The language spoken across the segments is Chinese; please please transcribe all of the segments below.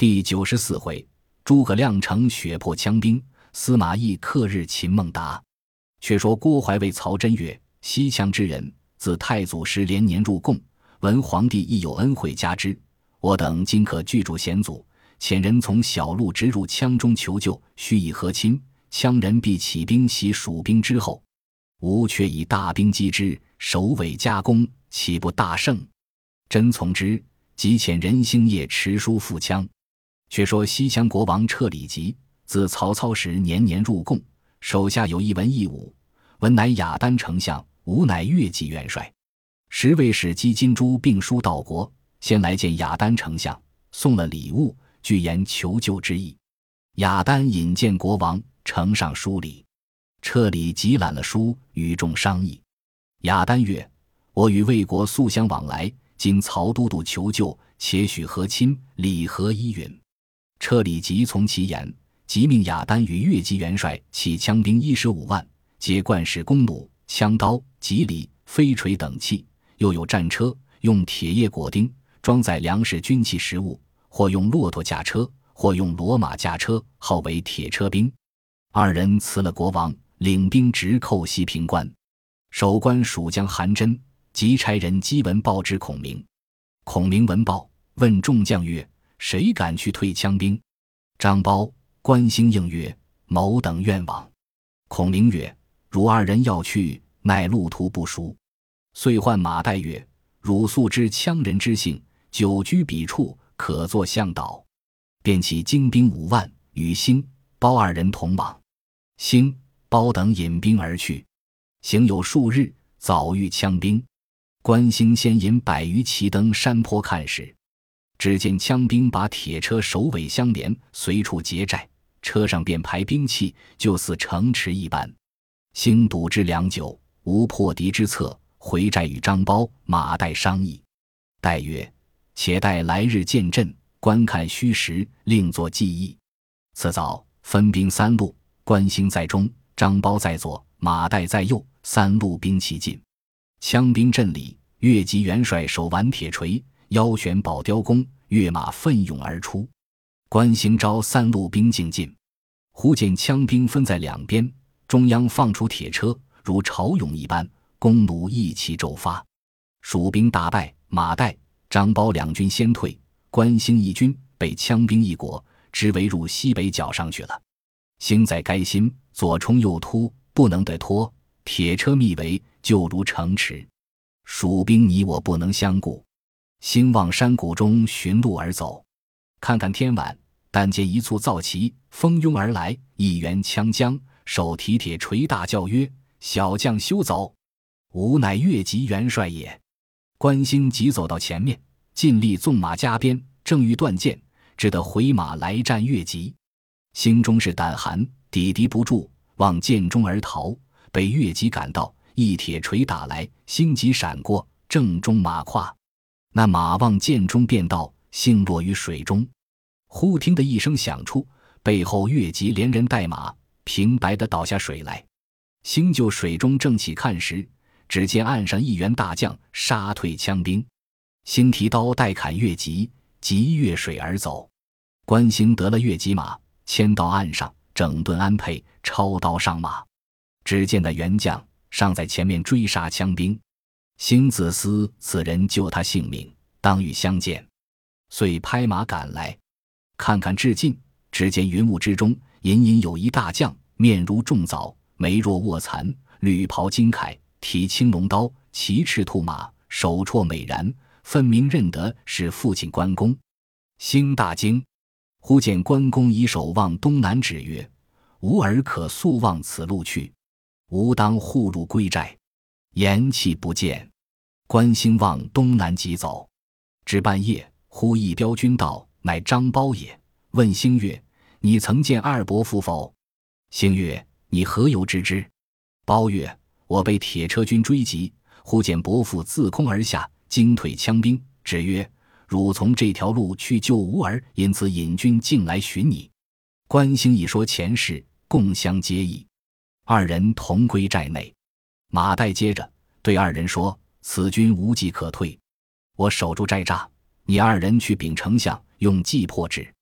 第94回，诸葛亮乘雪破羌兵，司马懿克日擒孟达。却说郭淮谓曹真曰：西羌之人，自太祖时连年入贡，闻皇帝亦有恩惠加之，我等今可拒住险阻，遣人从小路直入羌中求救，须以和亲，羌人必起兵袭蜀兵之后。吾却以大兵击之，首尾夹攻，岂不大胜？真从之，即遣人星夜持书赴羌。却说西羌国王彻里吉，自曹操时年年入贡，手下有一文一武，文乃雅丹丞相，武乃越骑元帅。时为使击金珠并书到国，先来见雅丹丞相，送了礼物，具言求救之意。雅丹引见国王，呈上书礼。彻里吉览了书，与众商议。雅丹曰：我与魏国素相往来，今曹都督求救，且许和亲，礼何依允？彻里吉从其言，即命雅丹与越骑元帅起羌兵15万，皆冠饰弓弩、枪刀、戟礼、飞锤等器，又有战车，用铁叶裹钉，装载粮食、军器、食物，或用骆驼驾车，或用骡马驾车，号为铁车兵。二人辞了国王，领兵直寇西平关。守关蜀将韩真即差人赍文报之孔明。孔明闻报，问众将曰：谁敢去退羌兵？张苞、关兴应曰：某等愿往。孔明曰：汝二人要去，乃路途不熟。遂唤马岱曰：汝素知羌人之性，久居彼处，可作向导。便起精兵5万，与兴、苞二人同往。兴、苞等引兵而去，行有数日，早遇羌兵。关兴先引100余骑登山坡看时，只见羌兵把铁车首尾相连，随处结寨，车上便排兵器，就似城池一般。兴堵之良久，无破敌之策，回寨与张苞、马岱商议。岱曰：且待来日见阵，观看虚实，另作计议。次早分兵3路，关兴在中，张苞在左，马岱在右，3路兵齐进。羌兵阵里，越骑元帅手挽铁锤，腰悬宝雕弓，跃马奋勇而出。关兴招3路兵竞进，忽见羌兵分在两边，中央放出铁车，如潮涌一般，弓弩一齐骤发。蜀兵大败，马岱、张苞两军先退，关兴一军被羌兵一裹，直围入西北角上去了。兴在该心，左冲右突，不能得脱，铁车密围，就如城池。蜀兵你我不能相顾。兴往山谷中寻路而走，看看天晚，但见一簇皂旗蜂拥而来，一员羌将手提铁锤，大叫曰：小将休走，吾乃越骑元帅也。关兴急走到前面，尽力纵马加鞭，正欲断剑，只得回马来战越骑。兴终是胆寒，抵敌不住，往涧中而逃，被越骑赶到，一铁锤打来，兴急闪过，正中马胯。那马往涧中便倒，兴落于水中。忽听得一声响处，背后越骑连人带马平白地倒下水来。兴就水中正起看时，只见岸上一员大将杀退羌兵。兴提刀待砍越骑，即越水而走。关兴得了越骑马，牵到岸上，整顿安配，抄刀上马。只见那元将尚在前面追杀羌兵。兴自思此人救他性命，当与相见，遂拍马赶来。看看至近，只见云雾之中隐隐有一大将，面如重枣，眉若卧蚕，绿袍金铠，提青龙刀，骑赤兔马，手绰美髯，分明认得是父亲关公。兴大惊，忽见关公以手望东南指曰：吾儿可速望此路去，吾当护入归寨。言讫不见。关兴望东南急走，至半夜，忽一彪军到，乃张苞也。问兴曰：你曾见二伯父否？兴曰：你何由知之？苞曰：我被铁车军追击，忽见伯父自空而下，惊退羌兵，只曰：汝从这条路去救吾儿，因此引军进来寻你。关兴一说前事，共相接意。二人同归寨内。马岱接着对二人说：此军无计可退，我守住寨栅，你二人去禀丞相，用计破之。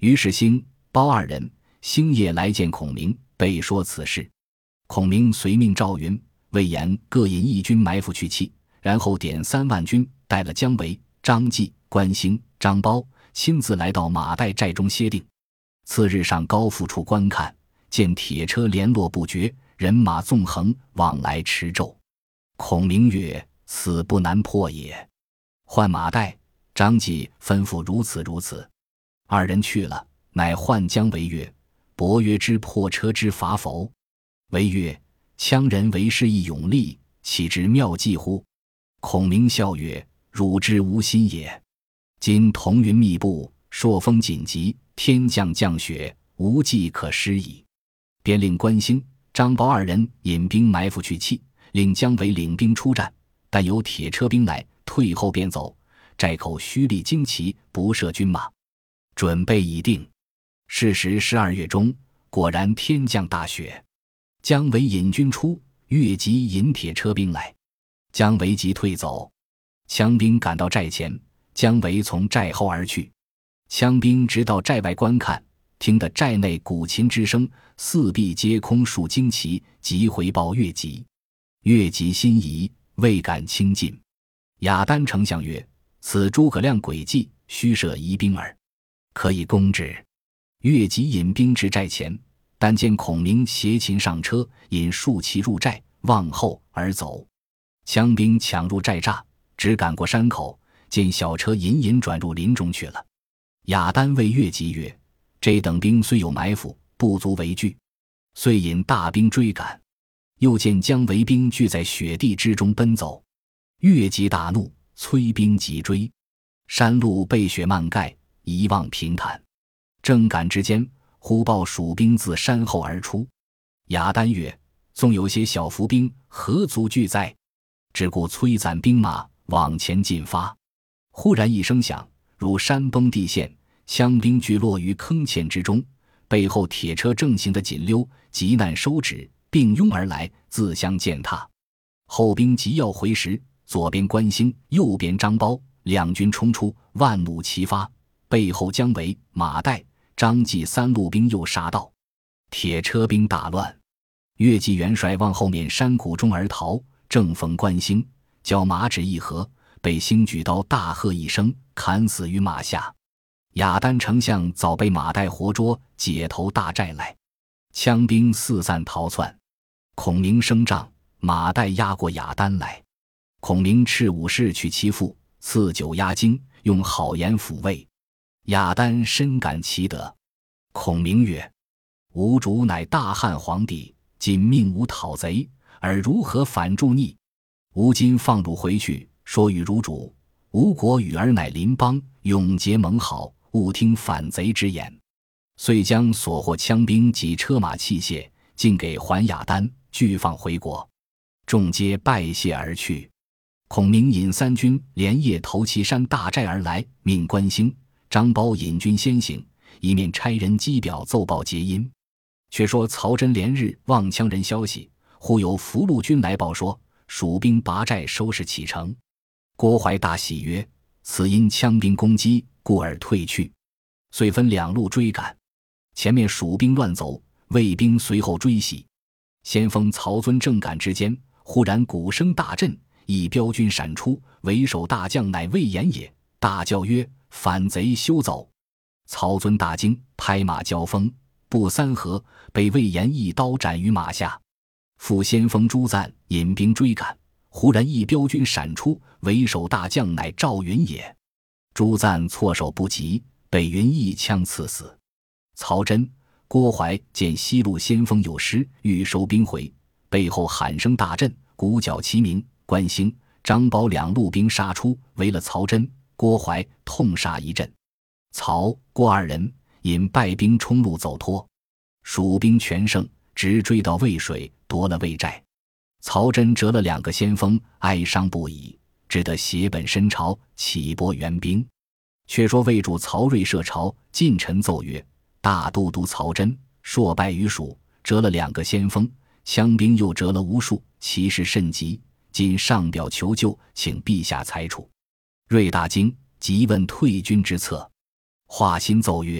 于是兴、包二人星夜来见孔明，备说此事。孔明随命赵云、魏延各引一军埋伏去讫，然后点3万军，带了姜维、张济、关兴、张苞，亲自来到马岱寨中歇定。次日上高阜处观看，见铁车联络不绝，人马纵横，往来驰骤。孔明曰：此不难破也。唤马岱、张济吩咐如此如此。二人去了，乃唤姜维曰：伯约之破车之法否？维曰：羌人为师亦勇力，岂知妙计乎？孔明笑曰：汝之无心也。今彤云密布，朔风紧急，天降降雪，无计可施矣。便令关兴、张苞二人引兵埋伏去讫，令姜维领兵出战，但有铁车兵来，退后便走。寨口虚立旌旗，不设军马，准备已定。是时12月中，果然天降大雪。姜维引军出，越级引铁车兵来，姜维即退走。羌兵赶到寨前，姜维从寨后而去。羌兵直到寨外观看，听得寨内鼓琴之声，四壁皆空竖旌旗，即回报越级。越级心疑，未敢轻进。雅丹丞相曰：此诸葛亮诡计，虚设疑兵耳，可以攻之。越级引兵至寨前，但见孔明携琴上车，引数骑入寨，望后而走。羌兵抢入寨栅，只赶过山口，见小车隐隐转入林中去了。雅丹谓越级曰：这等兵虽有埋伏，不足为惧，遂引大兵追赶。又见姜维兵聚在雪地之中奔走，越级大怒，催兵急追。山路被雪漫盖，一望平坦。正赶之间，忽报蜀兵自山后而出。雅丹曰：纵有些小伏兵，何足惧哉？只顾催攒兵马，往前进发。忽然一声响，如山崩地陷，羌兵俱落于坑堑之中。背后铁车正行的紧溜，急难收止，并拥而来，自相践踏。后兵急要回时，左边关兴，右边张苞，两军冲出，万弩齐发。背后姜维、马岱、张济3路兵又杀到，铁车兵大乱。越骑元帅往后面山谷中而逃，正逢关兴，叫马指一合，被兴举刀大喝一声，砍死于马下。雅丹丞相早被马岱活捉，解投大寨来。羌兵四散逃窜。孔明升帐，马岱押过雅丹来。孔明斥武士取其父，赐酒压惊，用好言抚慰。雅丹深感其德。孔明曰：吾主乃大汉皇帝，今命吾讨贼，而如何反助逆？吾今放汝回去，说与汝主，吴国与尔乃邻邦，永结盟好，勿听反贼之言。遂将所获羌兵及车马器械尽给还雅丹，俱放回国。众皆拜谢而去。孔明引3军连夜投祁山大寨而来，命关兴、张苞引军先行，一面差人机表奏报捷音。却说曹真连日望羌人消息，忽有俘虏军来报说，蜀兵拔寨收拾启程。郭淮大喜曰：此因羌兵攻击，故而退去。遂分2路追赶。前面蜀兵乱走，魏兵随后追袭。先锋曹遵正赶之间，忽然鼓声大震，一彪军闪出，为首大将乃魏延也，大叫曰：反贼休走！曹遵大惊，拍马交锋，不3合，被魏延一刀斩于马下。副先锋朱赞引兵追赶，忽然一彪军闪出，为首大将乃赵云也。朱赞措手不及，被云一枪刺死。曹真、郭淮见西路先锋有失，欲收兵回，背后喊声大震，鼓角齐鸣。关兴、张苞2路兵杀出，围了曹真、郭淮，痛杀一阵。曹、郭2人引败兵冲路走脱。蜀兵全胜，直追到渭水，夺了魏寨。曹真折了2个先锋，哀伤不已，只得携本身朝，起拨援兵。却说魏主曹睿设朝，近臣奏曰：大都督曹真硕败于蜀，折了2个先锋，羌兵又折了无数，其事甚急，今上表求救，请陛下裁处。睿大惊，急问退军之策。华歆奏曰：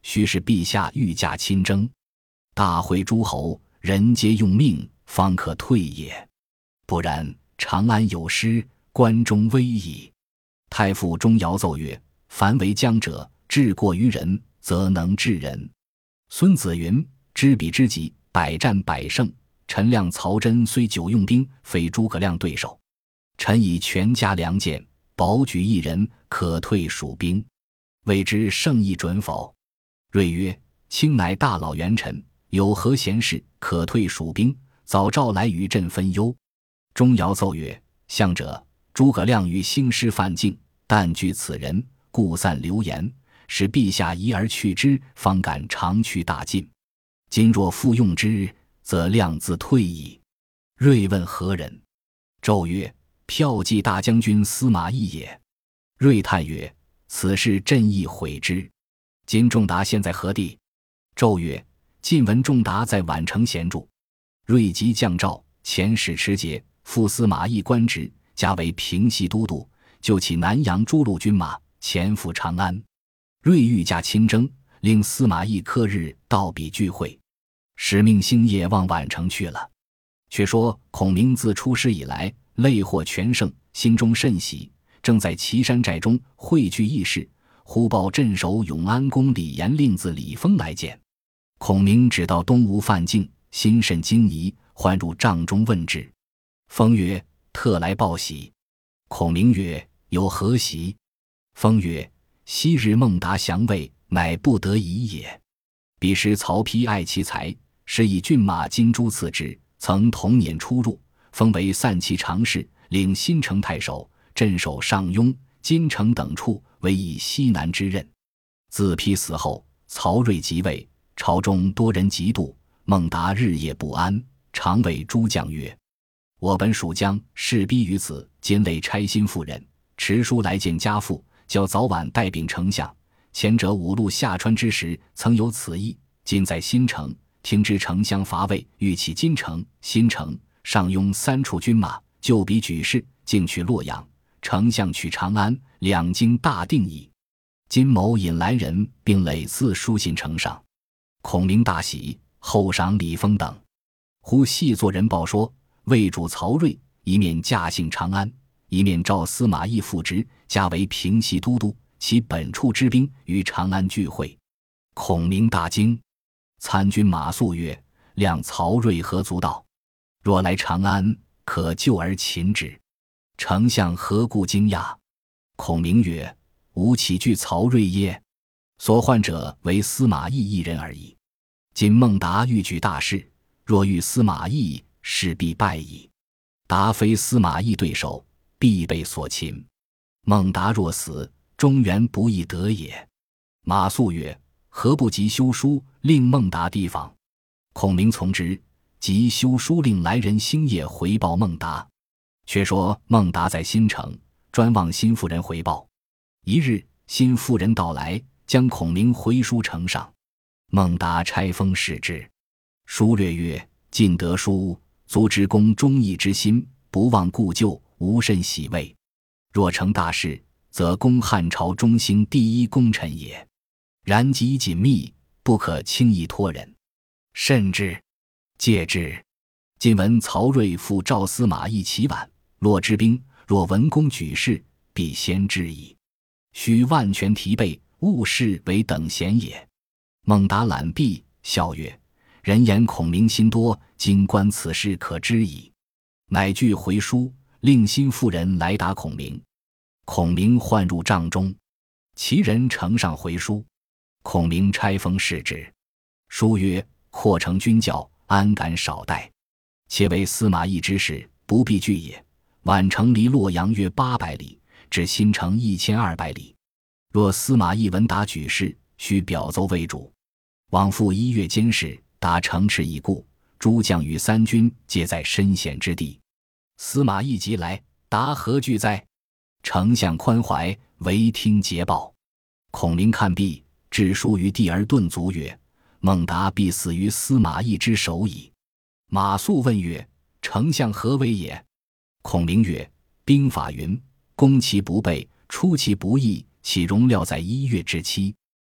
须是陛下御驾亲征，大会诸侯，人皆用命，方可退也。不然，长安有失，关中危矣。太傅钟繇奏曰：凡为将者，治过于人，则能治人。孙子云：知彼知己，百战百胜。臣谅曹真虽久用兵，非诸葛亮对手。臣以全家良剑，保举一人，可退蜀兵。未知圣意准否？睿曰：卿乃大老元臣，有何贤士可退蜀兵？早召来与朕分忧。钟繇奏曰：相者，诸葛亮与兴师犯境，但惧此人，故散流言，使陛下疑而去之，方敢长驱大进。今若复用之，则亮自退矣。睿问何人？纣曰：骠骑大将军司马懿也。睿叹曰：此事朕亦悔之。今仲达现在何地？纣曰：近闻仲达在宛城闲住。睿即降诏遣使持节，复司马懿官职，加为平西都督，就起南阳诸路军马，前赴长安。睿御驾亲征，令司马懿刻日到彼聚会，使命星夜往宛城去了。却说孔明自出师以来，累获全胜，心中甚喜，正在岐山寨中汇聚议事，忽报镇守永安宫李严令子李丰来见。孔明只道东吴犯境，心甚惊疑，唤入帐中问之。丰曰：特来报喜。孔明曰：有何喜？丰曰：昔日孟达降魏，乃不得已也。彼时曹丕爱其才，时以骏马金珠赐之，曾同辇出入。封为散骑常侍，领新城太守，镇守上庸、金城等处，为以西南之任。自丕死后，曹睿即位，朝中多人嫉妒，孟达日夜不安，常谓诸将曰：我本属将，势逼于此，今累差心妇人，持书来见家父，教早晚带禀丞相。前者五路下川之时，曾有此意，今在新城，听知丞相伐魏，欲起金城、新城、上庸三处军马，就彼举事，竟去洛阳。丞相取长安，两京大定矣。今谋引来人，并累次书信呈上。孔明大喜，厚赏李丰等。忽细作人报说，魏主曹睿一面驾幸长安，一面召司马懿复职，加为平西都督，其本处之兵于长安聚会。孔明大惊。参军马谡曰：谅曹睿何足道？若来长安，可救而擒之。丞相何故惊讶？孔明曰：吾岂惧曹睿耶？所患者为司马懿一人而已。今孟达欲举大事，若遇司马懿，势必败矣。达非司马懿对手，必被所擒。孟达若死，中原不易得也。马谡曰：何不急修书，令孟达提防？孔明从之，即修书令来人星夜回报孟达。却说孟达在新城，专望新妇人回报。一日，新妇人到来，将孔明回书呈上。孟达拆封视之，书略曰：尽得书，足知公忠义之心，不忘故旧，无甚喜慰。若成大事，则公汉朝中兴第一功臣也。然极紧密，不可轻易托人。慎之，戒之。今闻曹睿复召司马懿齐宛，洛之兵，若闻公举事，必先知矣。须万全提备，勿视为等闲也。孟达览毕，笑曰：人言孔明心多，今观此事可知矣。乃具回书，令新妇人来答孔明。孔明唤入帐中，其人呈上回书。孔明拆封视之，书曰：扩城军教，安敢少待？且为司马懿之事，不必惧也。宛城离洛阳约800里，至新城1200里。若司马懿闻达举事，须表奏魏主。往复1月间事，达城池已固，诸将与三军皆在深险之地。司马懿即来，达何惧哉？丞相宽怀，唯听捷报。孔明看毕，置书于地而顿足曰：孟达必死于司马懿之手矣。马谡问曰：丞相何为也？孔明曰：兵法云，攻其不备，出其不意，岂容料在1月之期？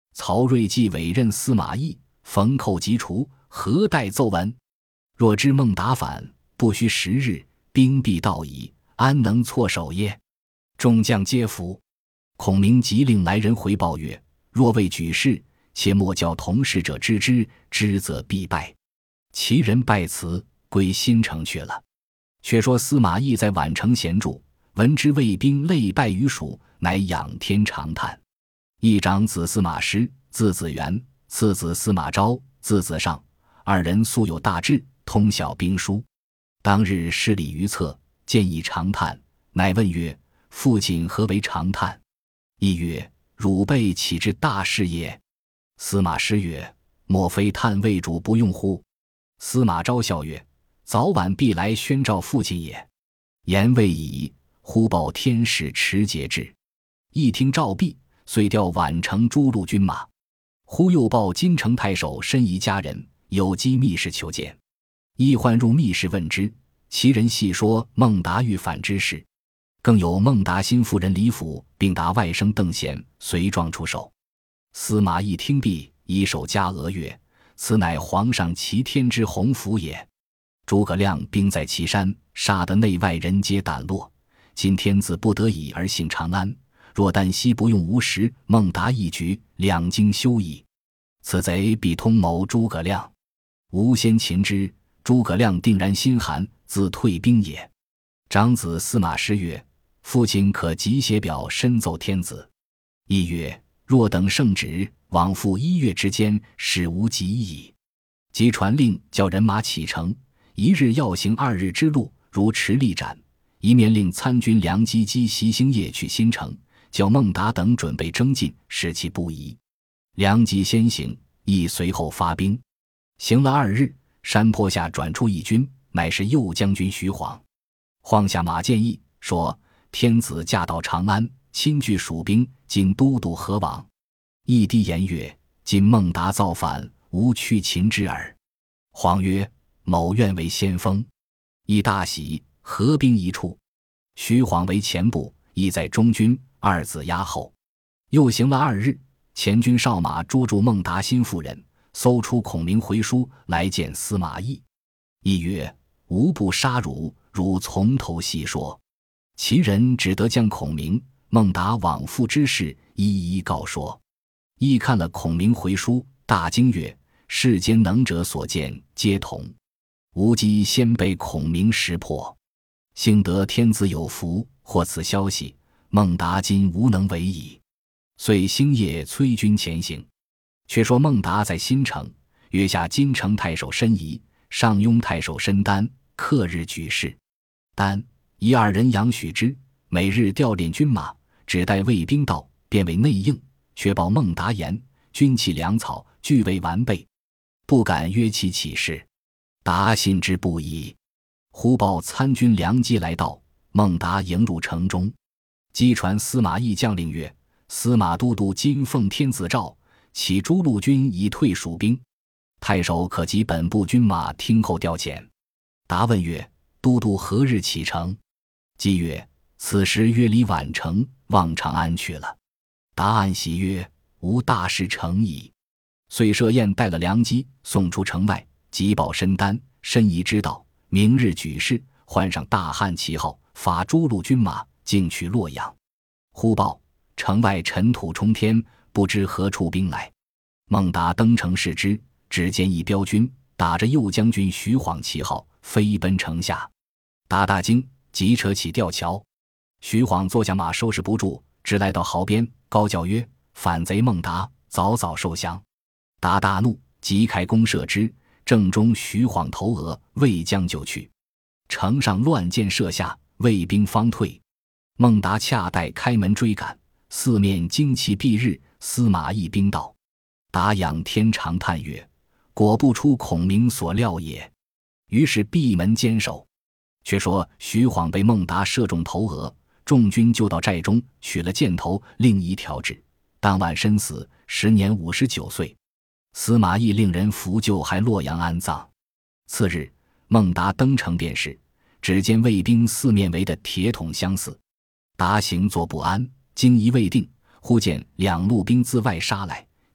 曹睿既委任司马懿，逢寇即除，何待奏闻？若知孟达反，不须10日，兵必到矣，安能措守耶？众将皆服。孔明即令来人回报曰：若未举事，且莫教同事者知之，知则必败。其人拜辞，归新城去了。却说司马懿在宛城闲住，闻之魏兵累败于蜀，乃仰天长叹。一长子司马师，字子元，次子司马昭，字子尚，二人素有大志，通晓兵书。当日失礼于侧，见以长叹，乃问曰：父亲何为长叹？懿曰：汝辈岂知大事也？司马师曰：莫非叹魏主不用乎？司马昭笑曰：早晚必来宣召父亲也。言未已，忽报天使持节至。一听诏毕，遂调宛城诸路军马。忽又报金城太守申仪家人有机密室求见。懿唤入密室问之，其人细说孟达欲反之事，更有孟达新夫人李府，并达外甥邓贤随状出手。司马懿听毕，以手加额曰：此乃皇上齐天之鸿福也。诸葛亮兵在岐山，杀得内外人皆胆落。今天子不得已而幸长安，若旦夕不用无时，孟达一举，两京休矣。此贼必通谋诸葛亮，吾先擒之，诸葛亮定然心寒，自退兵也。长子司马师曰：父亲可即写表申奏天子。懿曰：若等圣旨，往复1月之间，使无及矣。即传令叫人马启程，1日要行2日之路，如持力斩。一面令参军梁基击袭星夜去新城，叫孟达等准备征进，使其不疑。梁基先行，亦随后发兵。行了2日，山坡下转出一军，乃是右将军徐晃。晃下马见议，说：天子驾到长安，亲据蜀兵，今都督何往？懿低言曰：今孟达造反，吾去擒之耳。晃曰：某愿为先锋。懿大喜，合兵一处。徐晃为前部，懿在中军，二子压后。又行了2日，前军哨马捉住孟达新妇人，搜出孔明回书来见司马懿。懿曰：吾不杀汝，汝从头细说。其人只得将孔明、孟达往复之事一一告说。懿看了孔明回书，大惊曰：世间能者所见皆同，吾今先被孔明识破，幸得天子有福，获此消息，孟达今无能为矣。遂星夜催军前行。却说孟达在新城，约下金城太守申仪、上庸太守申丹，刻日举事。丹、仪二人养许之，每日调练军马，只待卫兵到，便为内应，却报孟达言：军器粮草俱未完备，不敢约其起事。达信之不疑。忽报参军梁基来到，孟达迎入城中。击传司马懿将令曰：司马都督今奉天子诏，起诸路军以退蜀兵，太守可及本部军马听候调遣。达问曰：都督何日启程？姬曰：此时约离宛城，望长安去了。达暗喜曰：吾大事成矣。遂设宴带了梁基，送出城外，急报申丹、申仪知道，明日举事，换上大汉旗号，发诸路军马，径去洛阳。忽报城外尘土冲天，不知何处兵来。孟达登城视之，只见一彪军打着右将军徐晃旗号，飞奔城下。达大惊，急扯起吊桥。徐晃坐下马收拾不住，直来到壕边，高叫曰：反贼孟达，早早受降！达大怒，即开弓射之，正中徐晃头额，未将就去。城上乱箭射下，卫兵方退。孟达恰待开门追赶，四面旌旗蔽日，司马懿兵到。达仰天长叹曰：果不出孔明所料也。于是闭门坚守。却说徐晃被孟达射中头额，众军就到寨中，取了箭头，令仪调治。当晚身死，时年59岁。司马懿令人扶柩还洛阳安葬。次日，孟达登城便是，只见卫兵四面围的铁桶相似。达行坐不安，惊疑未定，忽见2路兵自外杀来，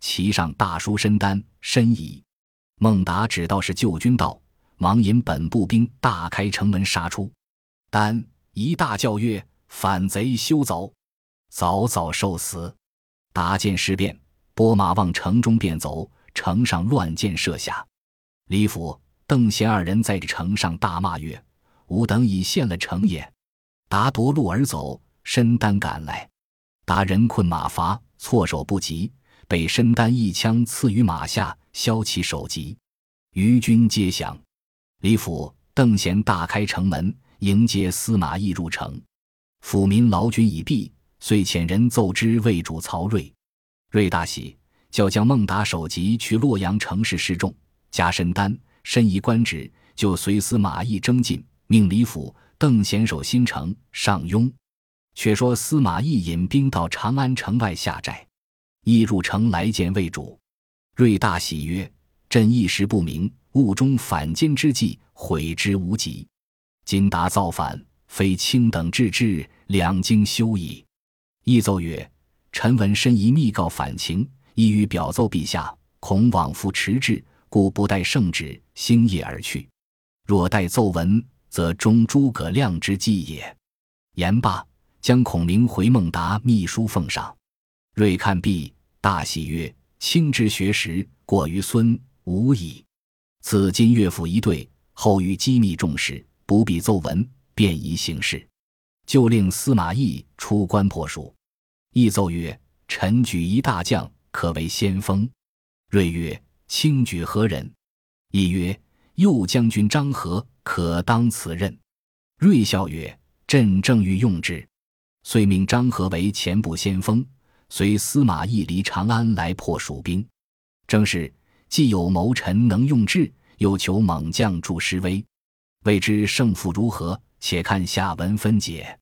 其上大书申丹，申矣。孟达只道是救军到，忙引本部兵大开城门杀出。丹一大叫曰：反贼休走！早早受死。达见事变，拨马往城中便走，城上乱箭射下。李府、邓贤二人在城上大骂曰：吾等已陷了城也。达夺路而走，申丹赶来，达人困马乏，措手不及，被申丹一枪刺于马下，削其首级。余军皆降。李府、邓贤大开城门，迎接司马懿入城。府民劳军已毕，遂遣人奏之魏主曹睿。睿大喜，叫将孟达首级去洛阳城市示众，加申丹、申仪官职，就随司马懿征进，命李府、邓贤守新城、上庸。却说司马懿引兵到长安城外下寨，懿入城来见魏主。睿大喜曰：朕一时不明，误中反间之计，悔之无及。今达造反，非卿等治之，两经休矣。懿奏曰：臣闻申仪密告反情，意欲表奏陛下，恐往复迟滞，故不待圣旨，星夜而去。若待奏闻，则忠诸葛亮之计也。言罢，将孔明回孟达密书奉上。睿看毕，大喜曰：卿之学识，过于孙吴矣。此今乐府一对，后遇机密重事，不必奏闻，便宜行事。就令司马懿出关破蜀。懿奏曰：臣举一大将，可为先锋。睿曰：卿举何人？懿曰：右将军张合，可当此任。睿笑曰：朕正欲用之。遂命张合为前部先锋，随司马懿离长安来破蜀兵。正是既有谋臣能用智，又求猛将助师威。未知胜负如何，且看下文分解。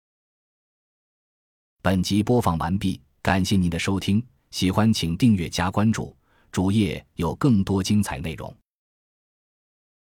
本集播放完毕，感谢您的收听，喜欢请订阅加关注，主页有更多精彩内容。